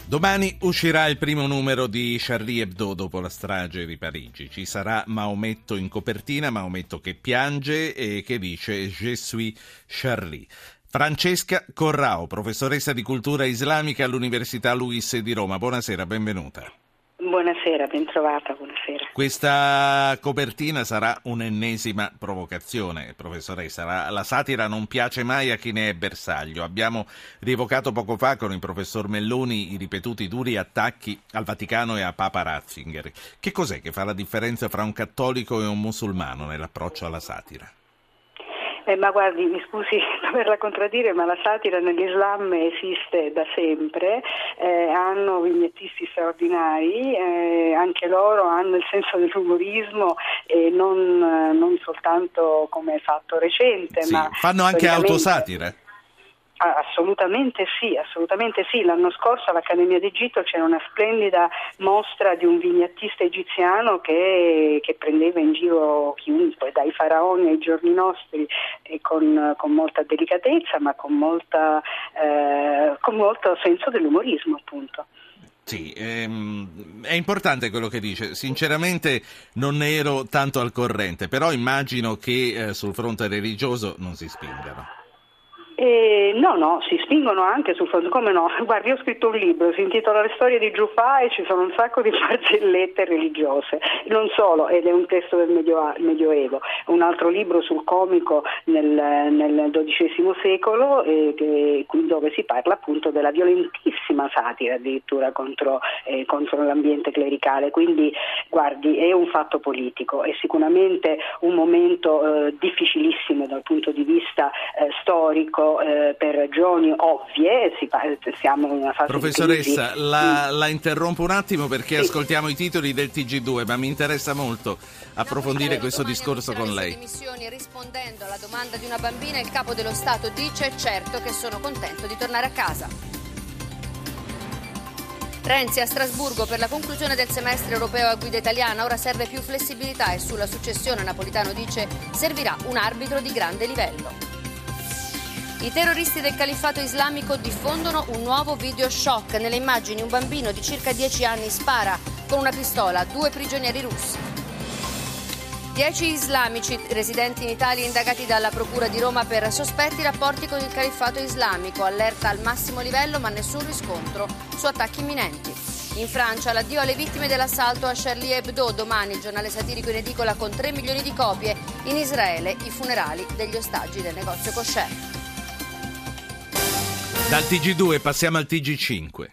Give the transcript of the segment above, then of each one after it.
Domani uscirà il primo numero di Charlie Hebdo dopo la strage di Parigi. Ci sarà Maometto in copertina, Maometto che piange e che dice «Je suis Charlie». Francesca Corrao, professoressa di cultura islamica all'Università Luis di Roma. Buonasera, benvenuta. Buonasera, ben trovata, buonasera. Questa copertina sarà un'ennesima provocazione, professoressa. La satira non piace mai a chi ne è bersaglio. Abbiamo rievocato poco fa con il professor Melloni i ripetuti duri attacchi al Vaticano e a Papa Ratzinger. Che cos'è che fa la differenza fra un cattolico e un musulmano nell'approccio alla satira? Ma guardi, mi scusi doverla contraddire, ma la satira nell'Islam esiste da sempre, hanno vignettisti straordinari, anche loro hanno il senso dell'umorismo e non soltanto come fatto recente. Sì, ma fanno anche autosatire? Assolutamente sì. L'anno scorso all'Accademia d'Egitto c'era una splendida mostra di un vignettista egiziano che prendeva in giro chiunque, dai faraoni ai giorni nostri, con molta delicatezza, ma con molto senso dell'umorismo, appunto. Sì, è importante quello che dice. Sinceramente non ne ero tanto al corrente, però immagino che sul fronte religioso non si spingano. No, si spingono anche sul fronte, come no? Guardi, io ho scritto un libro, si intitola Le storie di Giufà e ci sono un sacco di barzellette religiose, non solo, ed è un testo del Medioevo, un altro libro sul comico nel XII secolo, dove si parla appunto della violentissima satira addirittura contro l'ambiente clericale, quindi guardi, è un fatto politico, è sicuramente un momento difficilissimo dal punto di vista storico, per ragioni ovvie, siamo in una fase Professoressa, di crisi. la interrompo un attimo perché ascoltiamo i titoli del TG2, ma mi interessa molto approfondire questo discorso con lei. Rispondendo alla domanda di una bambina, il capo dello Stato dice: certo che sono contento di tornare a casa. Renzi a Strasburgo per la conclusione del semestre europeo a guida italiana, ora serve più flessibilità e sulla successione Napolitano dice servirà un arbitro di grande livello. I terroristi del califfato islamico diffondono un nuovo video shock. Nelle immagini un bambino di circa 10 anni spara con una pistola a 2 prigionieri russi. 10 islamici residenti in Italia indagati dalla Procura di Roma per sospetti rapporti con il califfato islamico. Allerta al massimo livello ma nessun riscontro su attacchi imminenti. In Francia l'addio alle vittime dell'assalto a Charlie Hebdo. Domani il giornale satirico in edicola con 3 milioni di copie. In Israele i funerali degli ostaggi del negozio kosher. Dal TG2 passiamo al TG5.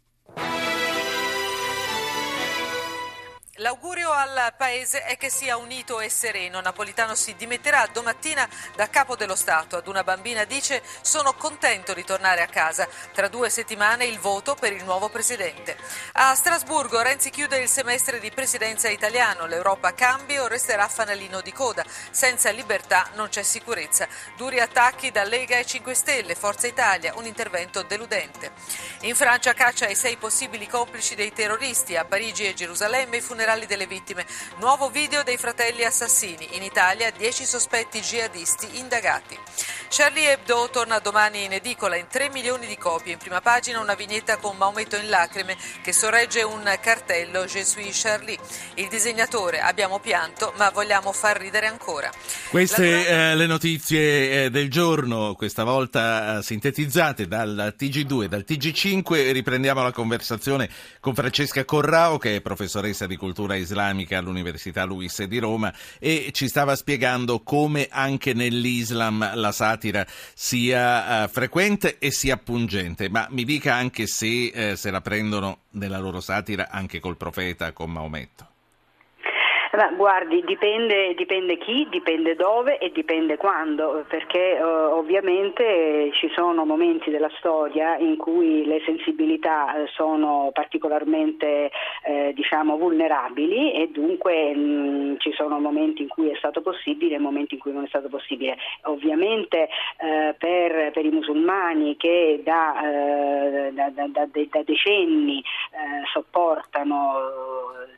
L'augurio al Paese è che sia unito e sereno. Napolitano si dimetterà domattina da capo dello Stato. Ad una bambina dice: sono contento di tornare a casa. Tra 2 settimane il voto per il nuovo presidente. A Strasburgo Renzi chiude il semestre di presidenza italiano. L'Europa cambia o resterà fanalino di coda. Senza libertà non c'è sicurezza. Duri attacchi da Lega e 5 Stelle, Forza Italia, un intervento deludente. In Francia caccia ai 6 possibili complici dei terroristi. A Parigi e Gerusalemme i funerali delle vittime. Nuovo video dei fratelli assassini. In Italia 10 sospetti jihadisti indagati. Charlie Hebdo torna domani in edicola in 3 milioni di copie. In prima pagina una vignetta con Maometto in lacrime che sorregge un cartello Je suis Charlie. Il disegnatore: abbiamo pianto ma vogliamo far ridere ancora. Queste le notizie del giorno, questa volta sintetizzate dal TG2 e dal TG5. Riprendiamo la conversazione con Francesca Corrao, che è professoressa di cultura islamica all'Università Luis di Roma, e ci stava spiegando come anche nell'Islam la satira sia frequente e sia pungente, ma mi dica anche se la prendono nella loro satira anche col profeta, con Maometto. Ma guardi, dipende chi, dipende dove e dipende quando, perché ovviamente ci sono momenti della storia in cui le sensibilità sono particolarmente vulnerabili e dunque ci sono momenti in cui è stato possibile e momenti in cui non è stato possibile. Ovviamente per i musulmani che da decenni sopportano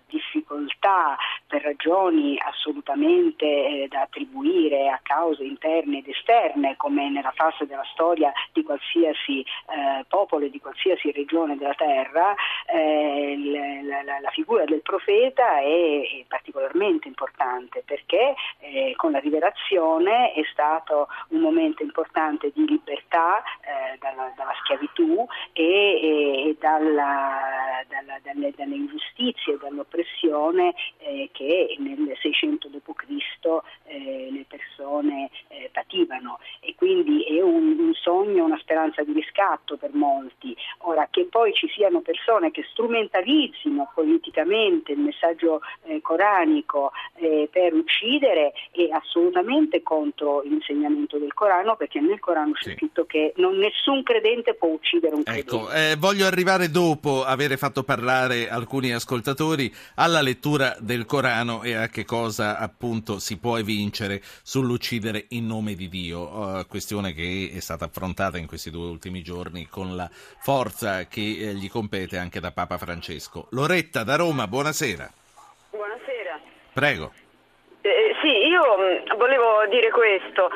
difficoltà per ragioni assolutamente da attribuire a cause interne ed esterne, come nella fase della storia di qualsiasi popolo e di qualsiasi regione della terra, la figura del profeta è particolarmente importante, perché con la rivelazione è stato un momento importante di libertà dalla schiavitù e dalle ingiustizie e dall'oppressione che nel 600 d.C. le persone pativano, e quindi è un sogno, una speranza di riscatto per molti. Ora, che poi ci siano persone che strumentalizzino politicamente il messaggio coranico per uccidere è assolutamente contro l'insegnamento del Corano, perché nel Corano c'è scritto che nessun credente può uccidere un credente. Ecco, voglio arrivare, dopo avere fatto parlare alcuni ascoltatori, alla lettura del Corano e a che cosa appunto si può evincere sull'uccidere in nome di Dio, questione che è stata affrontata in questi 2 ultimi giorni con la forza che gli compete anche da Papa Francesco. Loretta da Roma, buonasera. Buonasera. Prego. Sì, io volevo dire questo.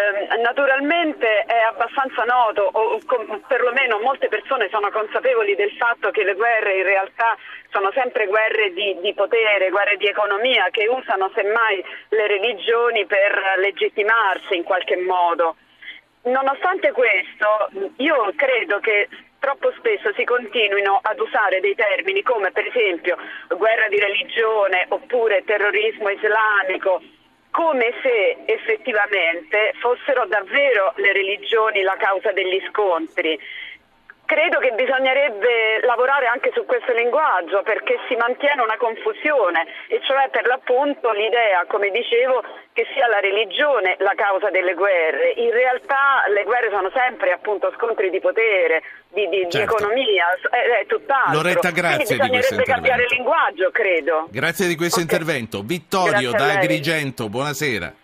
Naturalmente è abbastanza noto, o perlomeno molte persone sono consapevoli del fatto che le guerre in realtà sono sempre guerre di potere, guerre di economia, che usano semmai le religioni per legittimarsi in qualche modo. Nonostante questo, io credo che troppo spesso si continuino ad usare dei termini come per esempio guerra di religione oppure terrorismo islamico, come se effettivamente fossero davvero le religioni la causa degli scontri. Credo che bisognerebbe lavorare anche su questo linguaggio, perché si mantiene una confusione, e cioè per l'appunto l'idea, come dicevo, che sia la religione la causa delle guerre. In realtà le guerre sono sempre appunto scontri di potere, di economia, è tutt'altro. Loretta, grazie di questo intervento. Bisognerebbe cambiare il linguaggio, credo. Grazie di questo intervento. Vittorio da Agrigento, buonasera.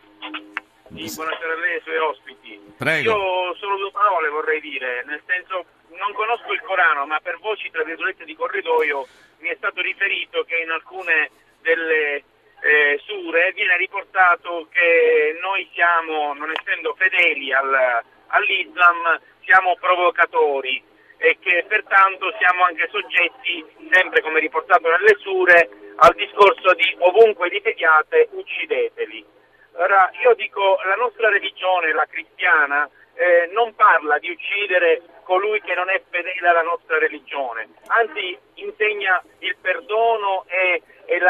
Sì, buonasera a lei e ai suoi ospiti. Prego. Io solo 2 parole vorrei dire, nel senso, non conosco il Corano, ma per voci tra virgolette di corridoio mi è stato riferito che in alcune delle sure viene riportato che noi siamo, non essendo fedeli all'Islam, siamo provocatori e che pertanto siamo anche soggetti, sempre come riportato nelle sure, al discorso di ovunque li vediate uccideteli. Ora, io dico, la nostra religione, la cristiana, non parla di uccidere colui che non è fedele alla nostra religione, anzi insegna il perdono e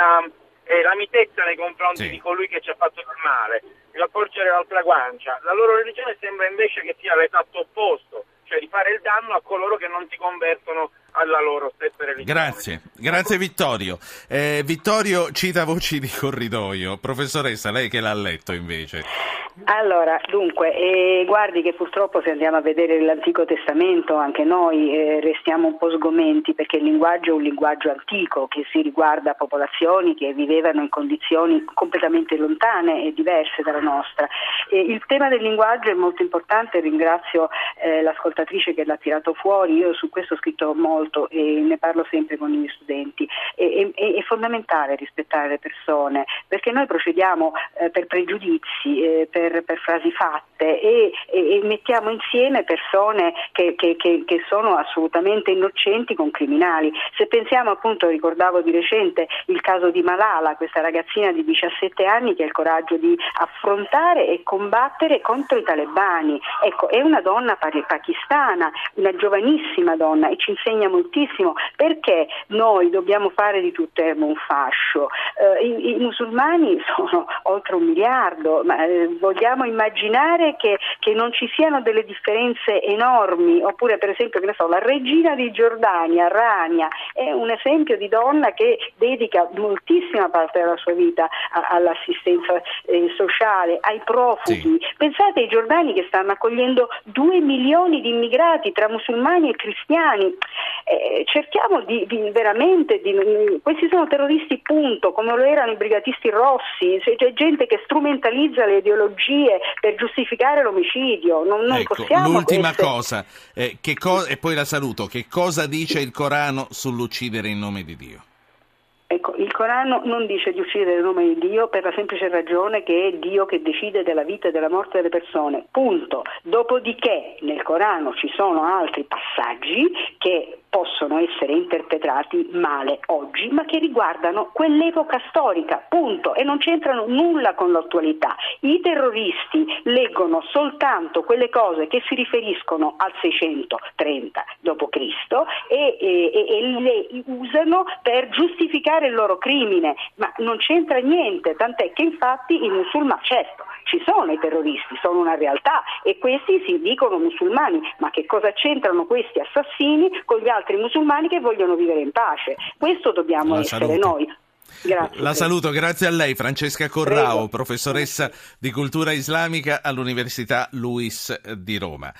la mitezza nei confronti di colui che ci ha fatto del male, il porgere l'altra guancia. La loro religione sembra invece che sia l'esatto opposto, cioè di fare il danno a coloro che non si convertono alla loro stessa religione. Grazie Vittorio. Vittorio cita voci di corridoio. Professoressa, lei che l'ha letto invece. Allora, dunque, guardi che purtroppo se andiamo a vedere l'Antico Testamento anche noi restiamo un po' sgomenti, perché il linguaggio è un linguaggio antico che si riguarda popolazioni che vivevano in condizioni completamente lontane e diverse dalla nostra. Il tema del linguaggio è molto importante, ringrazio l'ascoltatrice che l'ha tirato fuori, io su questo ho scritto molto e ne parlo sempre con gli studenti. È fondamentale rispettare le persone, perché noi procediamo per pregiudizi, per frasi fatte e mettiamo insieme persone che sono assolutamente innocenti con criminali. Se pensiamo, appunto, ricordavo di recente il caso di Malala, questa ragazzina di 17 anni che ha il coraggio di affrontare e combattere contro i talebani. Ecco, è una donna pakistana, una giovanissima donna, e ci insegna moltissimo perché noi dobbiamo fare di tutto ermo un fascio. I musulmani sono oltre 1 miliardo, ma vogliamo immaginare che non ci siano delle differenze enormi? Oppure, per esempio, che ne so, la regina di Giordania, Rania, è un esempio di donna che dedica moltissima parte della sua vita all'assistenza sociale, ai profughi. Sì. Pensate ai giordani che stanno accogliendo 2 milioni di immigrati tra musulmani e cristiani. Cerchiamo di veramente questi sono terroristi, punto, come lo erano i brigatisti rossi. C'è gente che strumentalizza le ideologie per giustificare l'omicidio. Non possiamo. L'ultima cosa, e poi la saluto. Che cosa dice il Corano sull'uccidere in nome di Dio? Ecco, il Corano non dice di uccidere nel nome di Dio per la semplice ragione che è Dio che decide della vita e della morte delle persone, punto. Dopodiché nel Corano ci sono altri passaggi che possono essere interpretati male oggi, ma che riguardano quell'epoca storica, punto, e non c'entrano nulla con l'attualità. I terroristi leggono soltanto quelle cose che si riferiscono al 630 d.C. e le usano per giustificare il loro crimine, ma non c'entra niente, tant'è che infatti i musulmani, certo, ci sono i terroristi, sono una realtà e questi si dicono musulmani, ma che cosa c'entrano questi assassini con gli altri musulmani che vogliono vivere in pace? Questo dobbiamo essere noi. Grazie. La saluto, grazie a lei Francesca Corrao, Prego. professoressa di cultura islamica all'Università LUISS di Roma.